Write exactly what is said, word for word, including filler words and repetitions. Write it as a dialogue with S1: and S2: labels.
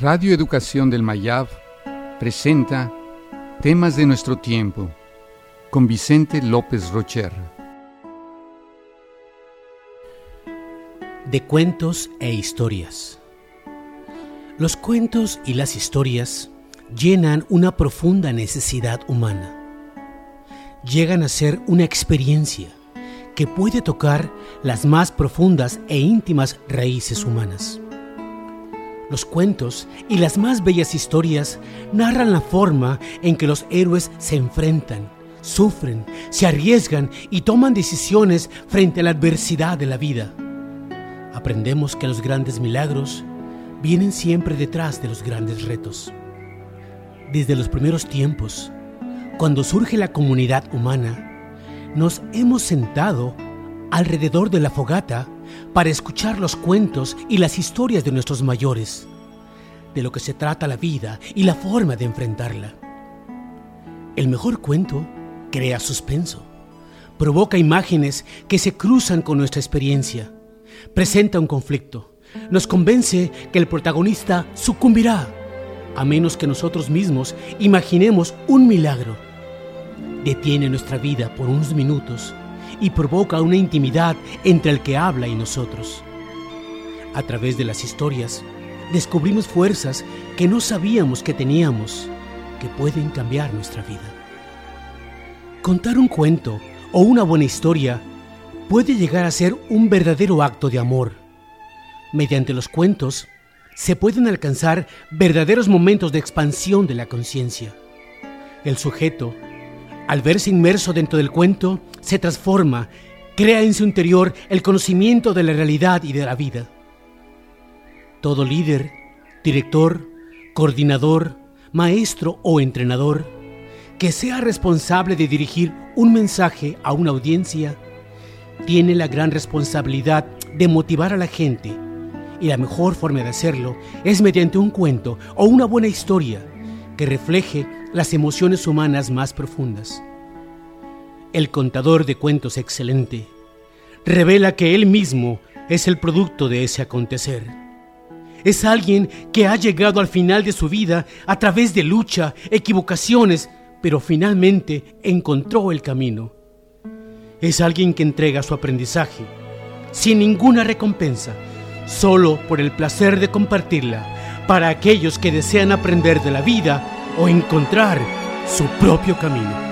S1: Radio Educación del Mayab presenta Temas de nuestro tiempo con Vicente López Rocher.
S2: De cuentos e historias. Los cuentos y las historias llenan una profunda necesidad humana. Llegan a ser una experiencia que puede tocar las más profundas e íntimas raíces humanas. Los cuentos y las más bellas historias narran la forma en que los héroes se enfrentan, sufren, se arriesgan y toman decisiones frente a la adversidad de la vida. Aprendemos que los grandes milagros vienen siempre detrás de los grandes retos. Desde los primeros tiempos, cuando surge la comunidad humana, nos hemos sentado alrededor de la fogata para escuchar los cuentos y las historias de nuestros mayores, de lo que se trata la vida y la forma de enfrentarla. El mejor cuento crea suspenso, provoca imágenes que se cruzan con nuestra experiencia, presenta un conflicto, nos convence que el protagonista sucumbirá, a menos que nosotros mismos imaginemos un milagro. Detiene nuestra vida por unos minutos y provoca una intimidad entre el que habla y nosotros. A través de las historias, descubrimos fuerzas que no sabíamos que teníamos, que pueden cambiar nuestra vida. Contar un cuento o una buena historia puede llegar a ser un verdadero acto de amor. Mediante los cuentos se pueden alcanzar verdaderos momentos de expansión de la conciencia. El sujeto, al verse inmerso dentro del cuento, se transforma, crea en su interior el conocimiento de la realidad y de la vida. Todo líder, director, coordinador, maestro o entrenador que sea responsable de dirigir un mensaje a una audiencia tiene la gran responsabilidad de motivar a la gente, y la mejor forma de hacerlo es mediante un cuento o una buena historia que refleje las emociones humanas más profundas. El contador de cuentos excelente revela que él mismo es el producto de ese acontecer. Es alguien que ha llegado al final de su vida a través de lucha, equivocaciones, pero finalmente encontró el camino. Es alguien que entrega su aprendizaje sin ninguna recompensa, solo por el placer de compartirla para aquellos que desean aprender de la vida o encontrar su propio camino.